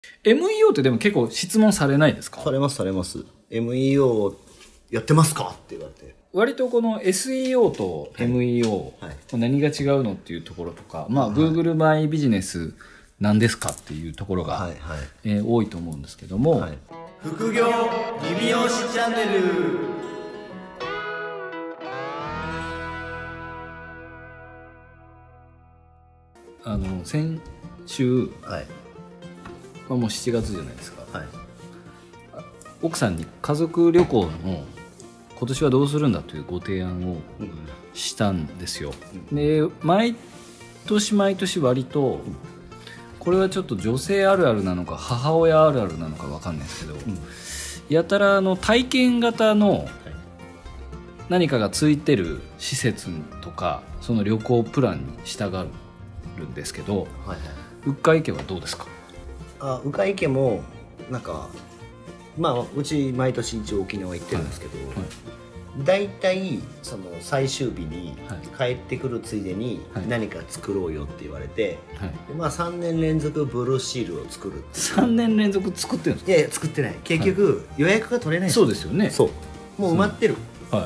MEO ってでも結構質問されないですか？ されますされます。 MEO やってますかって言われて、 割とこの SEO と MEO、 はい何が違うのっていうところとか、まあ Google マイビジネスなんですかっていうところが、 はいはい、 多いと思うんですけども、 はい、副業リビオシチャンネル。 先週、 はい、 もう7月じゃないですか、 はい、 奥さんに家族旅行の今年はどうするんだというご提案をしたんですよ、で毎年毎年割とこれはちょっと女性あるあるなのか母親あるあるなのか分かんないですけど、やたら体験型の何かがついてる施設とかその旅行プランに従るんですけど、 はい、 うっかい家はどうですか？ うかい家もなんか、まあうち毎年一応沖縄行ってるんですけど、だいたいその最終日に帰ってくるついでに何か作ろうよって言われて、でまあ3年連続ブルーシールを作る。 3年連続作ってるんですか？ いやいや作ってない。結局予約が取れない。 そうですよね。 そうもう埋まってる。 はい、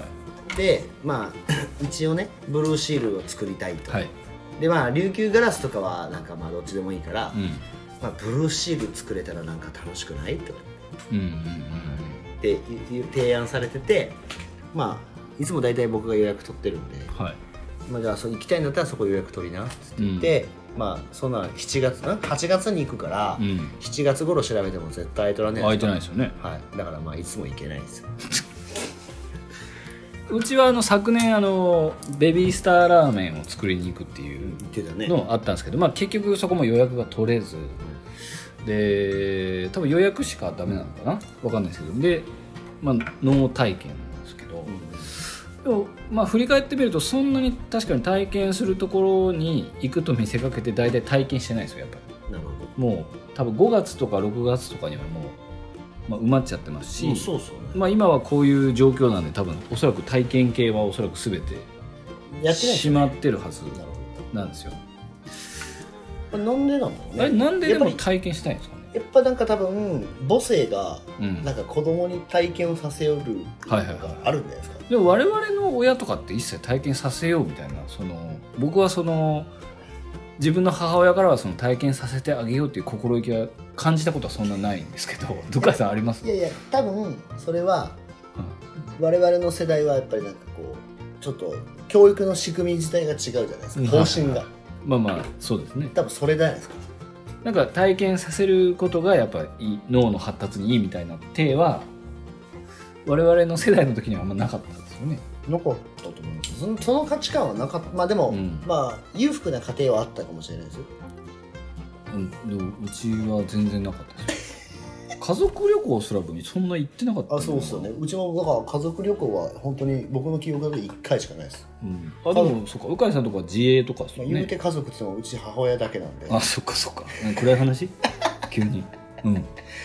でまあ一応ねブルーシールを作りたいと、 はい、でまあ琉球ガラスとかはなんかまあどっちでもいいから、まあ、ブルーシール作れたらなんか楽しくないとかって提案されてて、まあいつも大体僕が予約取ってるんで、 はい、 まあ、じゃあ行きたいんだったらそこ予約取りなって言って、まあそんな8月に行くから、7月頃調べても絶対空いてらんねえ。 空いてないですよね。 はい、だからまあいつも行けないんですよ。 うちは昨年ベビースターラーメンを作りに行くっていうのあったんですけど、まあ、結局そこも予約が取れずで多分予約しかダメなのかな分かんないですけど、で、まあ、ノー体験なんですけど、でもまあ振り返ってみるとそんなに確かに体験するところに行くと見せかけて大体体験してないですよやっぱり。 なるほど。 もう多分5月とか6月とかにはもうまあ、埋まっちゃってますし、 そうそうね、 まあ、今はこういう状況なんで多分おそらく体験系はおそらく全てやってないしまってるはずなんですよ。 なんでなのね。 なんででも体験したいんですかね。 やっぱなんか多分母性がなんか子供に体験をさせよるがあるんじゃないですか。 でも我々の親とかって一切体験させようみたいな僕は自分の母親からは体験させてあげようっていう心意気は感じたことはそんなないんですけど、どかさんあります？ いやいや多分それは、我々の世代はやっぱりなんかこうちょっと教育の仕組み自体が違うじゃないですか、方針が。 まあまあそうですね。 多分それじゃないですか。 なんか体験させることがやっぱり脳の発達にいいみたいな体は我々の世代の時にはあんまなかったんですよね。 なかったと思うんです。その価値観はなかった。まあでも、まあ裕福な家庭はあったかもしれないですよ。 でもうちは全然なかったですよ。家族旅行すらにそんな行ってなかった。 あ、そうですよね。うちもだから家族旅行は本当に僕の記憶で1回しかないです。 あ、でもそうか、鵜飼さんとか自営とかですよね。 言うて家族って言ってもうち母親だけなんで。 あ、そっかそっか。暗い話急に。はい。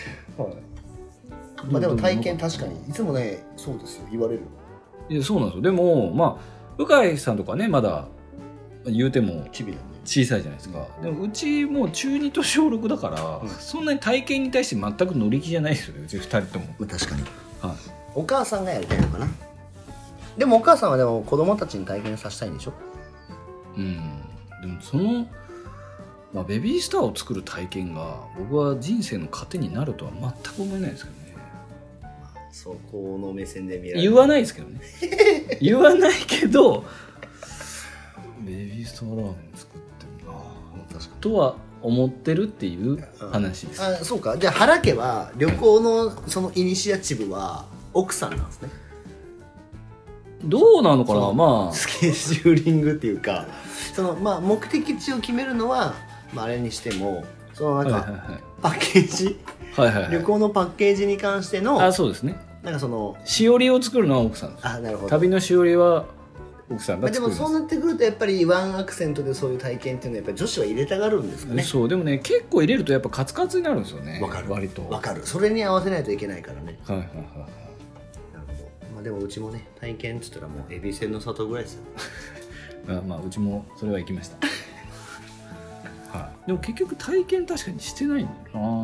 まあでも体験確かにいつもね、そうですよ、言われる。 いやそうなんですよ。でもまあ鵜飼さんとかねまだ言うても小さいじゃないですか。でもうちもう中2と小6だから、そんなに体験に対して全く乗り気じゃないですよね、うち2人とも。 確かに、 はい、 お母さんがやりたいのかな。でもお母さんはでも子供たちに体験させたいんでしょ。 でもまあ、ベビースターを作る体験が僕は人生の糧になるとは全く思えないですけどね。 そこの目線で見られる。 言わないですけどね言わないけどベビースターラーメン作ってるなとは思ってるっていう話です。 あ、そうか。じゃあ原家は旅行のそのイニシアチブは奥さんなんですね。 どうなのかな。まあスケジューリングっていうかまあ、目的地を決めるのは、まあ、あれにしてもなんか、パッケージ、旅行のパッケージに関してのそうですね。 なんかしおりを作るのは奥さんです。 あ、なるほど。 旅のしおりは奥さんが作るんです。 でもそうなってくるとやっぱりワンアクセントでそういう体験っていうのはやっぱり女子は入れたがるんですかね。 そうでもね結構入れるとやっぱカツカツになるんですよね。 わかる。 割とわかる。それに合わせないといけないからね。 なるほど。 まあでもうちもね体験って言ったらもうエビせんの里ぐらいですよまあうちもそれは行きましたでも結局体験確かにしてないんだよな。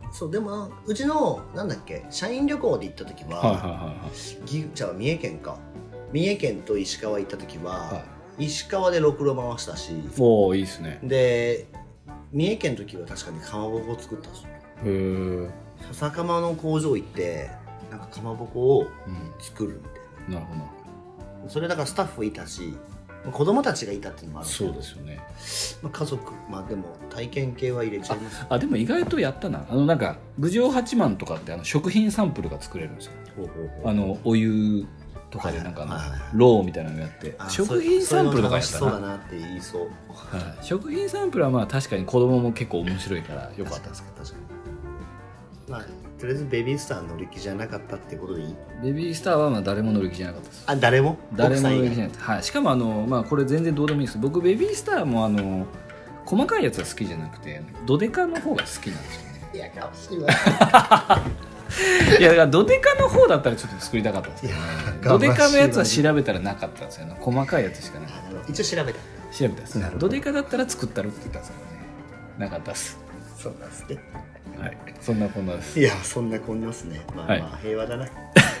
そうでもうちのなんだっけ社員旅行で行った時は、 はいはいはいはい、 じゃあ三重県か、三重県と石川行った時は、石川でろくろ回したし、 おおいいですね。 で三重県の時は確かにかまぼこを作ったんですよ。 へえ。 笹かまの工場行ってなんかかまぼこを作るみたいな、 なるほど。 それだからスタッフいたし子供たちがいたっていうのもあるんそうですよね。 家族でも体験系は入れちゃいます。 でも意外とやったな。なんか郡上八幡とかって食品サンプルが作れるんですよ。お湯とかでなんかローみたいなのをやって食品サンプルとかやったな。 そうだなって言いそう、 食品サンプルはまあ確かに子供も結構面白いからよかったですけど、 確かにとりあえずベビースター乗り気じゃなかったってことでいい？ ベビースターはまあ誰も乗り気じゃなかったです。 誰も乗り気じゃなかった、はい、しかもこれ全然どうでもいいです。僕ベビースターも細かいやつは好きじゃなくてドデカの方が好きなんですよね。 いやかもしれないいやだからドデカの方だったらちょっと作りたかったんですけどね。ドデカのやつは調べたらなかったんですよね。細かいやつしかなかった。 一応調べたです。ドデカだったら作ったるって言ったんですよね。なかったっす。 そうなんですね。 はい、そんなこんなです。 いやそんなこんなですね。平和だな。はい。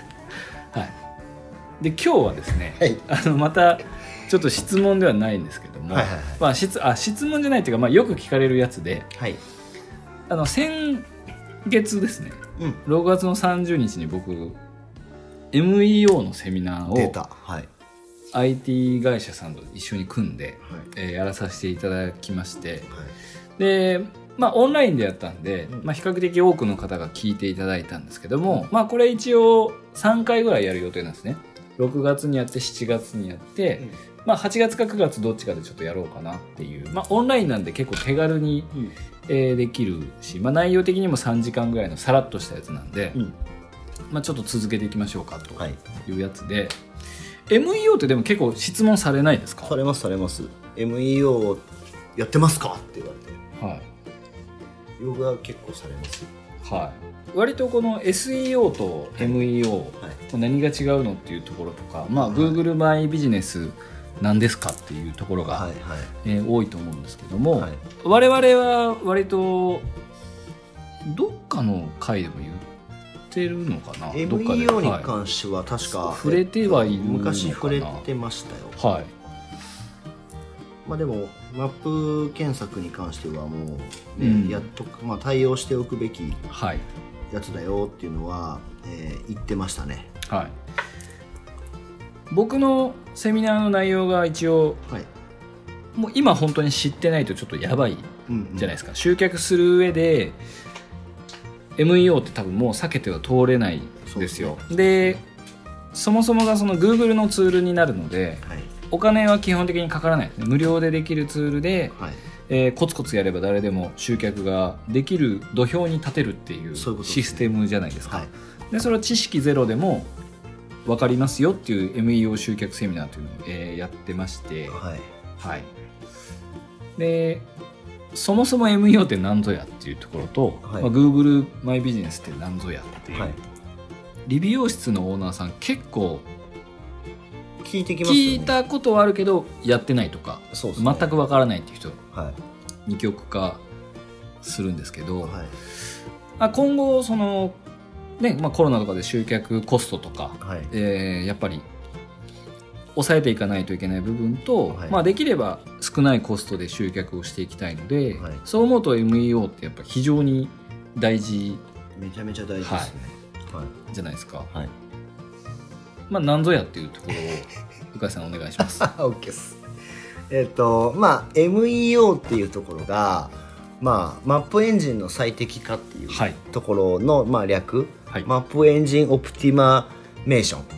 で今日はですね、またちょっと質問ではないんですけども、質問じゃないっていうか、よく聞かれるやつで、先月ですね、6月の30日に僕 MEO のセミナーを IT 会社さんと一緒に組んで、やらさせていただきまして、でオンラインでやったんで、比較的多くの方が聞いていただいたんですけども、これ一応3回ぐらいやる予定なんですね。6月にやって7月にやって、8月か9月どっちかでちょっとやろうかなっていう、オンラインなんで結構手軽に、できるし、内容的にも3時間ぐらいのさらっとしたやつなんで、ちょっと続けていきましょうかというやつで、MEO ってでも結構質問されないですか？ されます MEO やってますかって言われて、僕は結構されます。 割とこの SEO と MEO、何が違うのっていうところとか、Google マイビジネス何ですかっていうところが、多いと思うんですけども、我々は割とどっかの回でも言ってるのかな。 MEO に関しては確か触れてはいるのかな。 昔触れてましたよ。でもマップ検索に関してはもう、やっと対応しておくべきやつだよっていうのは、言ってましたね。 僕のセミナーの内容が一応、もう今本当に知ってないとちょっとやばいじゃないですか。集客する上で MEO って多分もう避けては通れないですよ。でそもそもがその Google のツールになるので、お金は基本的にかからない。無料でできるツールで、コツコツやれば誰でも集客ができる土俵に立てるっていうシステムじゃないですか。でそれは知識ゼロでも分かりますよっていう MEO 集客セミナーというのを、やってまして、でそもそも MEO って何ぞやっていうところと、Google マイビジネスって何ぞやっていう、理美容室のオーナーさん結構聞いてきますよね。 聞いたことはあるけどやってないとか、全くわからないっていう人、二極化するんですけど、今後その、コロナとかで集客コストとか、やっぱり抑えていかないといけない部分と、できれば少ないコストで集客をしていきたいので、そう思うと MEO ってやっぱ非常に大事、 めちゃめちゃ大事ですね、 じゃないですか。何ぞやっていうところを向井さんお願いします。 OK です。MEO っていうところが、マップエンジンの最適化っていうところの、略、マップエンジンオプティマイゼーション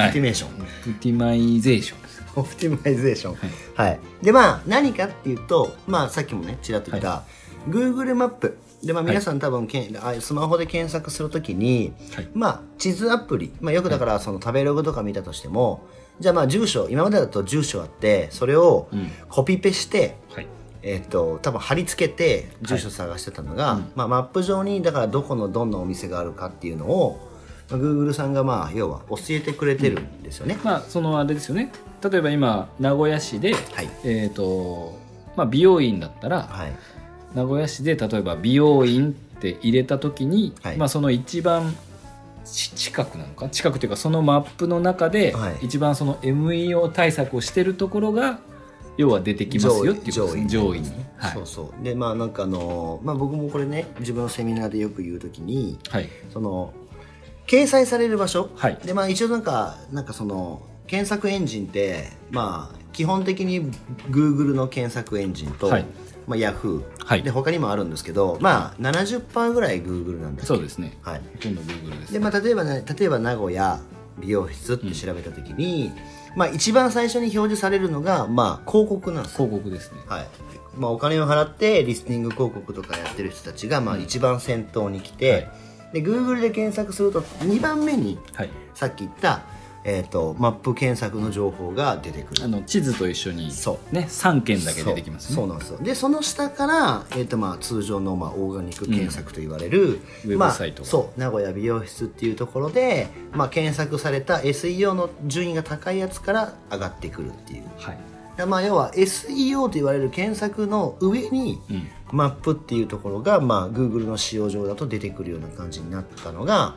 で何かっていうと、さっきもねちらっと言った、Google マップで皆さん多分スマホで検索するときに、地図アプリ、よくだからその食べログとか見たとしても、じゃあ住所、今までだと住所あってそれをコピペして、多分貼り付けて住所探してたのが、マップ上にだからどこのどんなお店があるかっていうのを、Google さんが要は教えてくれてるんですよね。 そのあれですよね。例えば今名古屋市で、美容院だったら、名古屋市で例えば美容院ってって入れた時に、 はいまあ、その一番近くなのか近くというかそのマップの中ではい一番その MEO 対策をしてるところが要は出てきますよっていうことですね。上位に、はい、 そうそうでまあなんかまあ、僕もこれね自分のセミナーでよく言うときに、 はい、 その掲載される場所、 はい、 でまあ一応なんかその検索エンジンってまあ基本的に Google の検索エンジンと、 はいまあ、Yahoo、 はい、 で他にもあるんですけど、まあ 70% ぐらい Google なんだっけ。 そうですね、 はい、 ほとんど Google です。 で、まあ、例えば名古屋美容室って調べたときに、まあ、一番最初に表示されるのが、まあ、広告なんですよ。 広告ですね。 はいまあ、お金を払ってリスティング広告とかやってる人たちが、まあ、一番先頭に来て、 はい、で Google で検索すると2番目に、 はい、 さっき言ったマップ検索の情報が出てくる。 地図と一緒に、ね、 そう 3件だけ出てきますね。 そうなんですよ。でその下から、まあ、通常の、まあ、オーガニック検索と言われる、 ウェブサイト、 まあ、そう名古屋美容室っていうところで、まあ、検索された SEO の順位が高いやつから上がってくるっていう、 はい、 まあ、要は SEO と言われる検索の上に、マップっていうところが、まあ、Google の使用上だと出てくるような感じになったのが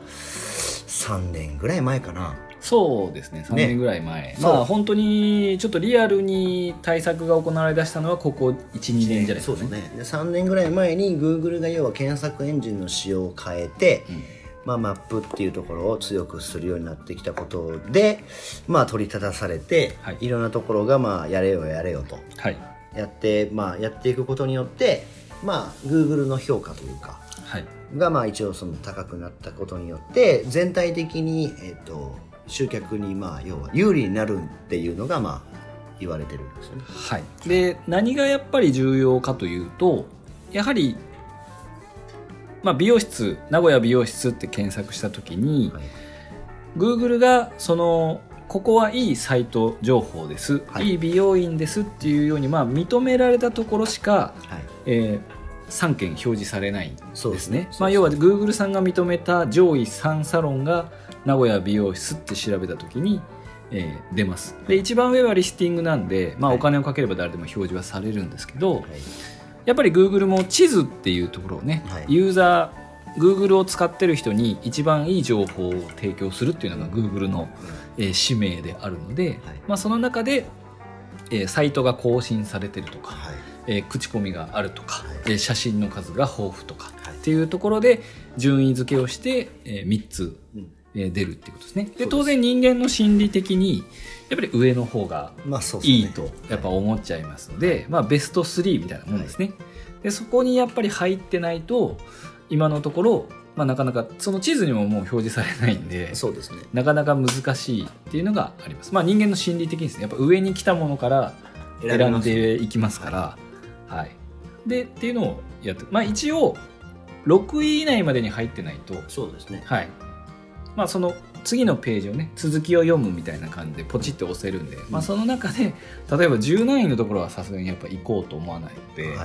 3年ぐらい前かな。 そうですね、3年ぐらい前、ね、まあ本当にちょっとリアルに対策が行われだしたのはここ 1,2 年じゃないですかね。 そうですね。で3年ぐらい前に Google が要は検索エンジンの仕様を変えて、まあ、マップっていうところを強くするようになってきたことで、まあ、取り立たされて、はい、いろんなところがまあやれよやれよと、はい、やって、まあ、やっていくことによって、まあ、Google の評価というか、はい、がまあ一応その高くなったことによって全体的に、集客にまあ要は有利になるっていうのがまあ言われてるんですよね。 はい、で何がやっぱり重要かというとやはり、まあ、美容室名古屋美容室って検索した時に、はい、Google がここはいいサイト情報です、はい、いい美容院ですっていうように、まあ、認められたところしか、はい3件表示されないんですね。まあ、要は Google さんが認めた上位3サロンが名古屋美容室って調べた時に、出ます。で一番上はリスティングなんで、まあ、お金をかければ誰でも表示はされるんですけど、はい、やっぱり Google も地図っていうところをね、はい、ユーザー Google を使ってる人に一番いい情報を提供するっていうのが Google の、使命であるので、はいまあ、その中で、サイトが更新されてるとか、はい口コミがあるとか、はい、写真の数が豊富とか、はい、っていうところで順位付けをして、3つ、出るっていうことですね。で当然人間の心理的にやっぱり上の方がいいとやっぱ思っちゃいますので、まあ、ベスト3みたいなもんですね、はい、でそこにやっぱり入ってないと今のところ、まあ、なかなかその地図にももう表示されないんで、 そうですね、 なかなか難しいっていうのがあります。まあ、人間の心理的にですねやっぱ上に来たものから選んでいきますから、はい、でっていうのをやって、まあ、一応6位以内までに入ってないと、 そうですね、 はいまあ、その次のページをね続きを読むみたいな感じでポチッと押せるんで、まあ、その中で例えば10何位のところはさすがにやっぱ行こうと思わないので、はい、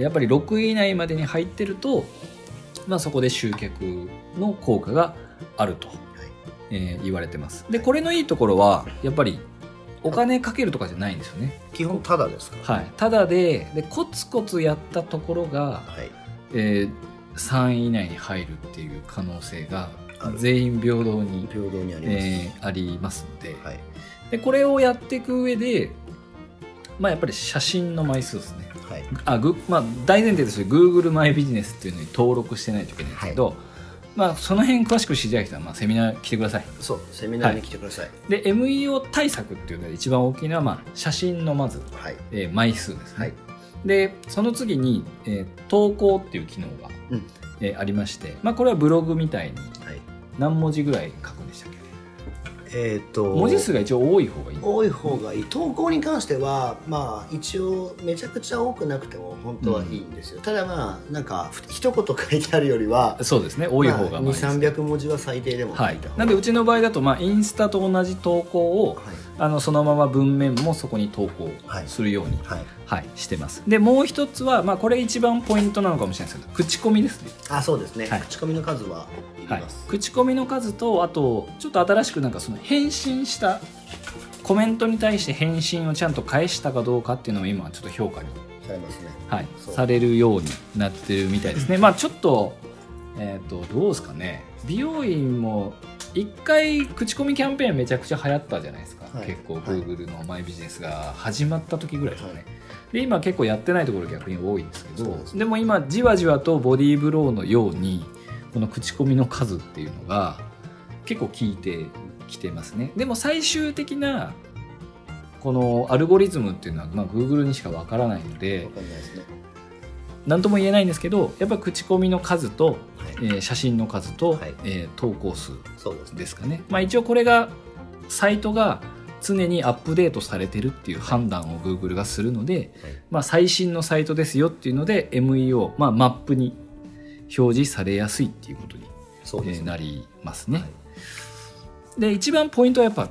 やっぱり6位以内までに入ってると、まあ、そこで集客の効果があると、はい言われてます。でこれのいいところはやっぱりお金かけるとかじゃないんですよね。 基本タダですか、 はい、タダでコツコツやったところが、はい3位以内に入るっていう可能性が全員平等にありますので、はい、でこれをやっていく上で、まあ、やっぱり写真の枚数ですね、はいまあ、大前提として Google マイビジネスっていうのに登録してないといけないんですけど、はいまあ、その辺詳しく知りたい人はまあセミナー来てください。 そうセミナーに来てください、はい、 で MEO 対策っていうのが一番大きいのは、まあ、写真のまず、はい枚数ですね、はい、でその次に、投稿っていう機能が、ありまして、まあ、これはブログみたいに何文字ぐらい書くんでしたっけ。文字数が一応多い方がいい。 多い方がいい。投稿に関してはまあ一応めちゃくちゃ多くなくても本当はいいんですよ、ただまあなんか一言書いてあるよりはそうですね多い方がまあ200-300文字は最低でも書いた方が、 なんでうちの場合だと、まあ、インスタと同じ投稿を、そのまま文面もそこに投稿するように、してます。でもう一つは、まあ、これ一番ポイントなのかもしれないですけど口コミですね。 そうですね、口コミの数はいります、 口コミの数とあとちょっと新しくなんかその返信したコメントに対して返信をちゃんと返したかどうかっていうのを今ちょっと評価にされますね。 はい、されるようになってるみたいですね。まあちょっと、どうですかね、美容院も一回口コミキャンペーンめちゃくちゃ流行ったじゃないですか、はい、結構 Google のマイビジネスが始まった時ぐらいですかね、はい、で今結構やってないところ逆に多いんですけど、 でも今じわじわとボディーブローのようにこの口コミの数っていうのが結構効いてきてますね。でも最終的なこのアルゴリズムっていうのは、まあ、Google にしかわからないので何とも言えないんですけど、やっぱ口コミの数と、はい、写真の数と、はい、投稿数ですかね。まあ、一応これがサイトが常にアップデートされてるっていう判断を Google がするので、はい、まあ、最新のサイトですよっていうので MEO、まあ、マップに表示されやすいっていうことに、なりますね。はい、で一番ポイントはやっぱ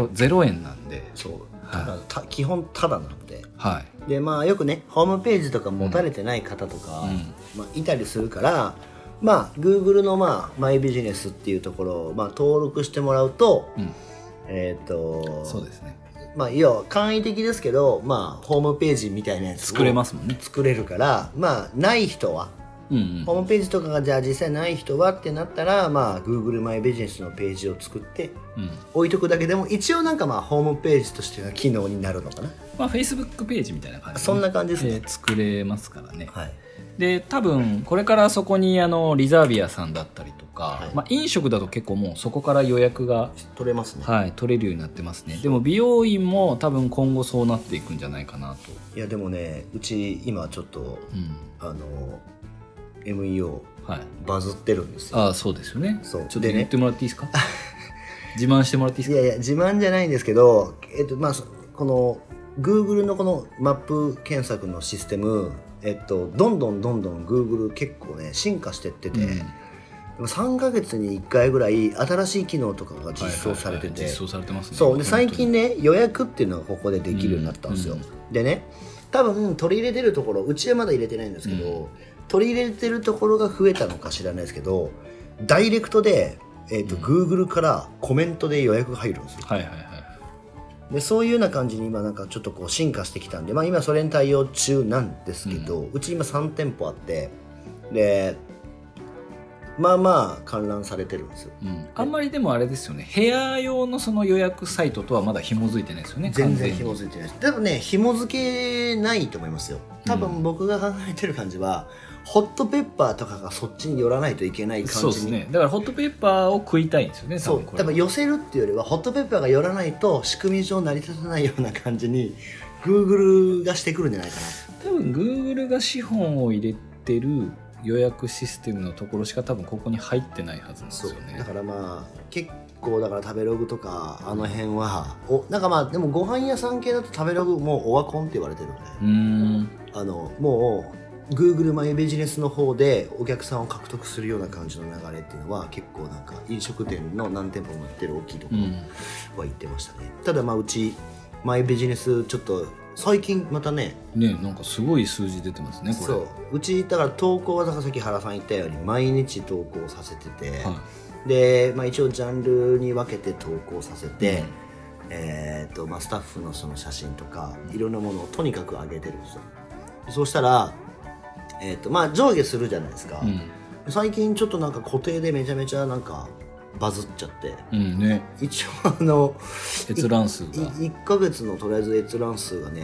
0円なんで、 そう、はい、基本タダなので、 はい、 でまあよくねホームページとか持たれてない方とか、まあ、いたりするから、まあ Google の、まあ、マイビジネスっていうところを、まあ、登録してもらうと、 そうですね、 まあ、要は簡易的ですけど、まあ、ホームページみたいなやつを作れますもんね。 作れるから、まあ、ない人は、ホームページとかがじゃあ実際ない人はってなったら、まあ、Google マイビジネスのページを作って、置いとくだけでも一応なんかまあホームページとしての機能になるのかな。 まあ、Facebook ページみたいな感じで、 そんな感じですね、 作れますからね。 はい、 で多分これからそこにリザービアさんだったりとか、はい、まあ、飲食だと結構もうそこから予約が取れますね、 はい、取れるようになってますね。でも美容院も多分今後そうなっていくんじゃないかなと。 いやでもね、うち今ちょっと、MEO、はい、バズってるんですよ。 ああ、そうですよね。 そうちょっと言ってもらっていいですか自慢してもらっていいですか。 いやいや自慢じゃないんですけど、まあ、この Google のこのマップ検索のシステム、どんどん Google 結構ね進化してってて、3ヶ月に1回ぐらい新しい機能とかが実装されてて、 実装されてますね。 そうで最近ね予約っていうのがここでできるようになったんですよ。でね、多分取り入れてるところ、うちはまだ入れてないんですけど、取り入れてるところが増えたのか知らないですけど、ダイレクトで、Google からコメントで予約が入るんですよ。 はいはいはい。 でそういうような感じに今なんかちょっとこう進化してきたんで、まあ、今それに対応中なんですけど、うち今3店舗あって、でまあまあ観覧されてるんですよ。 あんまりでもあれですよね、部屋用のその予約サイトとはまだ紐づいてないですよね。 全然紐づいてないです。でもね、紐づけないと思いますよ。多分僕が考えてる感じは、ホットペッパーとかがそっちに寄らないといけない感じに。 そうですね。だからホットペッパーを食いたいんですよね。 そう、多分寄せるっていうよりはホットペッパーが寄らないと仕組み上成り立たないような感じに Google がしてくるんじゃないかな。 多分 Google が資本を入れてる予約システムのところしか多分ここに入ってないはずなんですよね。 だからまあ結構だから食べログとかあの辺はなんかまあでもご飯屋さん系だと食べログもうオワコンって言われてるんで、もうGoogle マイビジネスの方でお客さんを獲得するような感じの流れっていうのは結構なんか飲食店の何店舗もやってる大きいところは言ってましたね。ただまあうちマイビジネスちょっと最近またねなんかすごい数字出てますねこれ。 そううちだから投稿はだからさっき原さん言ったように毎日投稿させてて、で、まあ、一応ジャンルに分けて投稿させて、まあ、スタッフのその写真とかいろんなものをとにかく上げてるんですよ。そうしたらまあ上下するじゃないですか、最近ちょっとなんか固定でめちゃめちゃなんかバズっちゃって、一応閲覧数が 1ヶ月のとりあえず閲覧数がね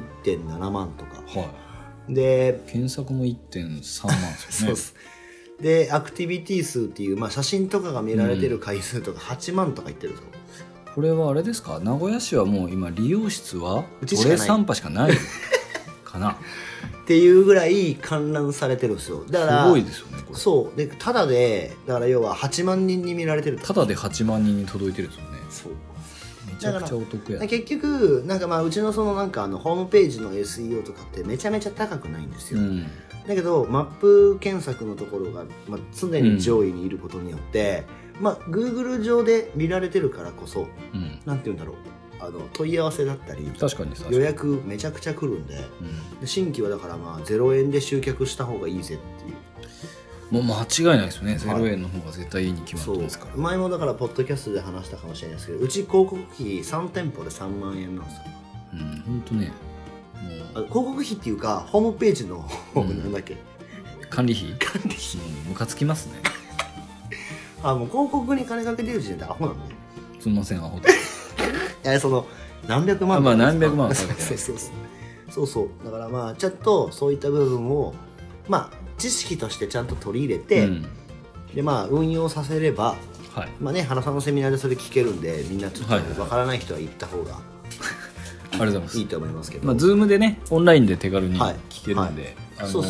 1.7 万とか、で検索も 1.3 万ですよね。 そうでアクティビティ数っていう、まあ、写真とかが見られてる回数とか8万とかいってるんですよ。 これはあれですか、名古屋市はもう今利用室はトレ3波しかないかなっていうぐらい観覧されてるんですよ。だからすごいですよねこれ。 そうでただでだから要は8万人に見られてる。 ただで8万人に届いてるんですよね。 そうめちゃくちゃお得や。 結局なんかまあうちのそのなんかホームページの SEO とかってめちゃめちゃ高くないんですよ、だけどマップ検索のところが、まあ、常に上位にいることによって、まあ、Google 上で見られてるからこそ、なんて言うんだろう、問い合わせだったり確かに予約めちゃくちゃ来るんで、で新規はだからまあ0円で集客した方がいいぜっていう。 もう間違いないですよね、0円の方が絶対いいに決まってますから。 前もだからポッドキャストで話したかもしれないですけど、うち広告費3店舗で3万円なんですよ。 本当ね。 広告費っていうかホームページの、なんだっけ、 管理費ムカつきますね。 もう広告に金かけてる時点でアホなんだよ。 すみません、アホでその何百万まあ何百万かけてそうだからまあちょっとそういった部分をまあ知識としてちゃんと取り入れて、でまあ運用させれば、まあね、原さんのセミナーでそれ聞けるんで、みんなちょっとわからない人は行った方が、 ありがとうございます。 いいと思いますけど、 まあ、Zoom でねオンラインで手軽に聞けるんで、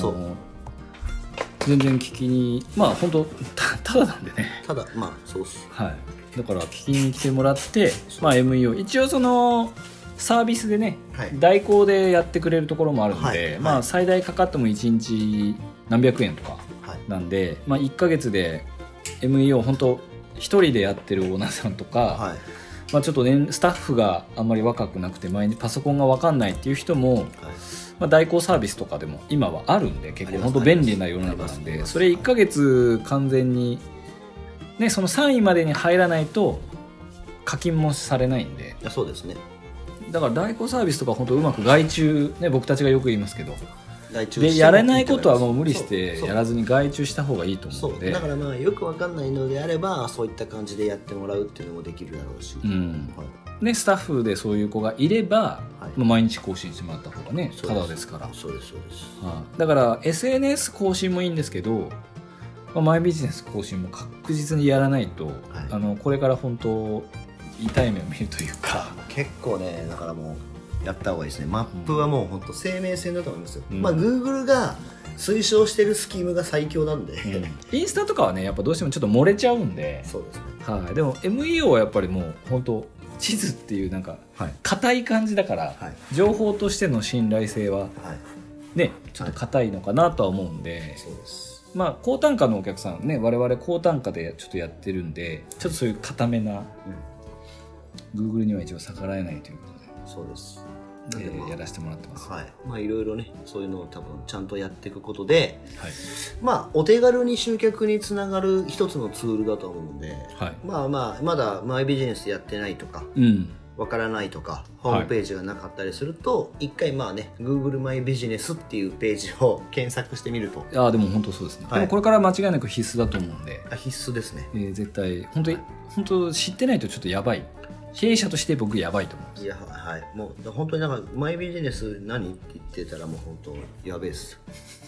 全然聞きに、まあ本当ただなんでね、 ただまあそうっす、 だから聞きに来てもらって、まあ、MEO 一応そのサービスでね、代行でやってくれるところもあるんで、まあ最大かかっても1日何百円とかなんで、まあ、1ヶ月で MEO 本当一人でやってるオーナーさんとか、まあ、ちょっとねスタッフがあんまり若くなくて毎日パソコンが分かんないっていう人も、まあ、代行サービスとかでも今はあるんで、結構本当便利な世の中なんで、それ1ヶ月完全に、ね、その3位までに入らないと課金もされないんで。 そうですね。 だから代行サービスとか本当うまく外注、ね、僕たちがよく言いますけど、でやれないことはもう無理してやらずに外注した方がいいと思うので、 だからまあよく分かんないのであればそういった感じでやってもらうっていうのもできるだろうし、ね、 スタッフでそういう子がいれば、毎日更新してもらった方がねタダですから。 そうですそうです、 だから SNS 更新もいいんですけど、マイビジネス更新も確実にやらないと、これから本当痛い目を見るというか、 結構ね、だからもうやった方がいいですね。マップはもう本当生命線だと思いますよ、まあ Google が推奨してるスキームが最強なんで、 インスタとかはねやっぱどうしてもちょっと漏れちゃうんで、 そうですね、 でも MEO はやっぱりもう本当地図っていうなんか硬い感じだから、情報としての信頼性はねちょっと硬いのかなとは思うんで、 そうです。 まあ高単価のお客さんね、我々高単価でちょっとやってるんで、ちょっとそういう硬めな、Google には一応逆らえないということで、 そうです、 やらせてもらってます。 まあいろいろね、そういうのを多分ちゃんとやっていくことで、まあお手軽に集客につながる一つのツールだと思うので、まあまあまだマイビジネスやってないとか、わからないとか、ホームページがなかったりすると、一回まあね Google マイビジネスっていうページを検索してみると、 でも本当そうですね、でもこれから間違いなく必須だと思うんで、 必須ですね、 絶対本当知ってないとちょっとやばい、経営者として僕やばいと思います。 いや、もう本当になんかマイビジネス何って言ってたらもう本当やべえっす。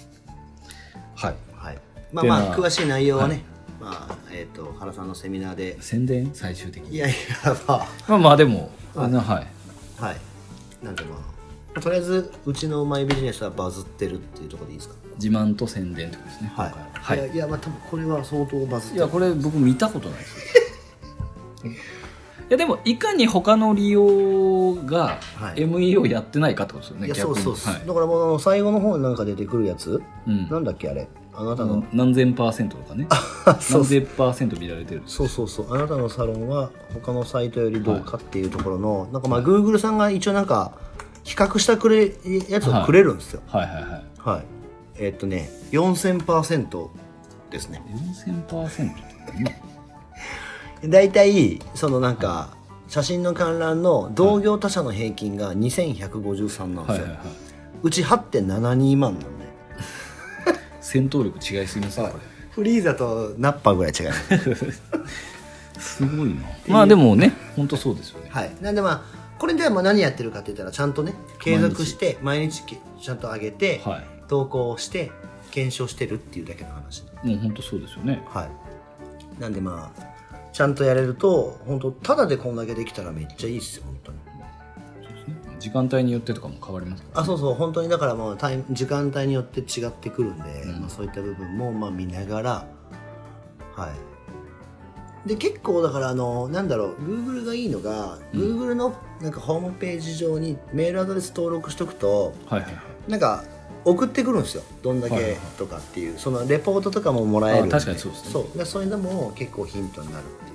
まあ詳しい内容はね、原さんのセミナーで宣伝、最終的に。 いやまあでもなんでまあとりあえずうちのマイビジネスはバズってるっていうところでいいですか。 自慢と宣伝ってことですね。 いやまあ多分これは相当バズってる。 いやこれ僕見たことないですいやでもいかに他の利用が MEO やってないかってことですよね。 いやそうだからもう最後の方になんか出てくるやつ、なんだっけあれ、あなたの何千%とかね何千%見られてる。 そうあなたのサロンは他のサイトよりどうかっていうところの、なんかまあ Google さんが一応なんか比較したやつをくれるんですよ。4000% ですね。 4000% だいたいそのなんか写真の観覧の同業他社の平均が2153なんですよ。うち 8.72 万なんで戦闘力違いすぎますね、これ。 フリーザとナッパぐらい違いすごいな。まあでもね本当そうですよね。 なんでまあこれではまあ何やってるかって言ったらちゃんとね継続して毎日ちゃんと上げて、投稿して検証してるっていうだけの話。 もう本当そうですよね。 なんでまあちゃんとやれると本当ただでこんだけできたらめっちゃいいっすよ本当に。 時間帯によってとかも変わりますか。 そう本当にだからもう時間帯によって違ってくるんで、そういった部分もまあ見ながら、で結構だからなんだろう、 Google がいいのが、Google のなんかホームページ上にメールアドレス登録しとくと、なんか送ってくるんですよ、どんだけとかっていう、そのレポートとかももらえるんで。 確かにそうですね。 そういうのも結構ヒントになるっていう。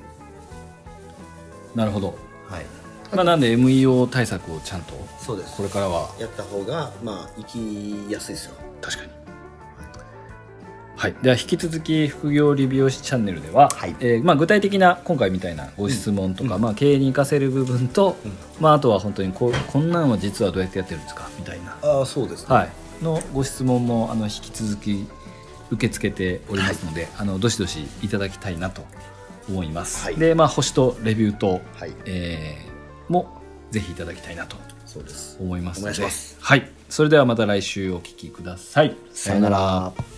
なるほど。なんで MEO 対策をちゃんとこれからはやった方がまあ生きやすいですよ。 確かに。 はい、では引き続き副業理美容師チャンネルでは、 はい具体的な今回みたいなご質問とか、経営に生かせる部分と、あとは本当にこんなんは実はどうやってやってるんですかみたいなそうですね、 のご質問も引き続き受け付けておりますので、どしどしいただきたいなと思います、で星とレビューと、もぜひいただきたいなと思いますので、 お願いします。 はい、それではまた来週お聞きください。 さよなら。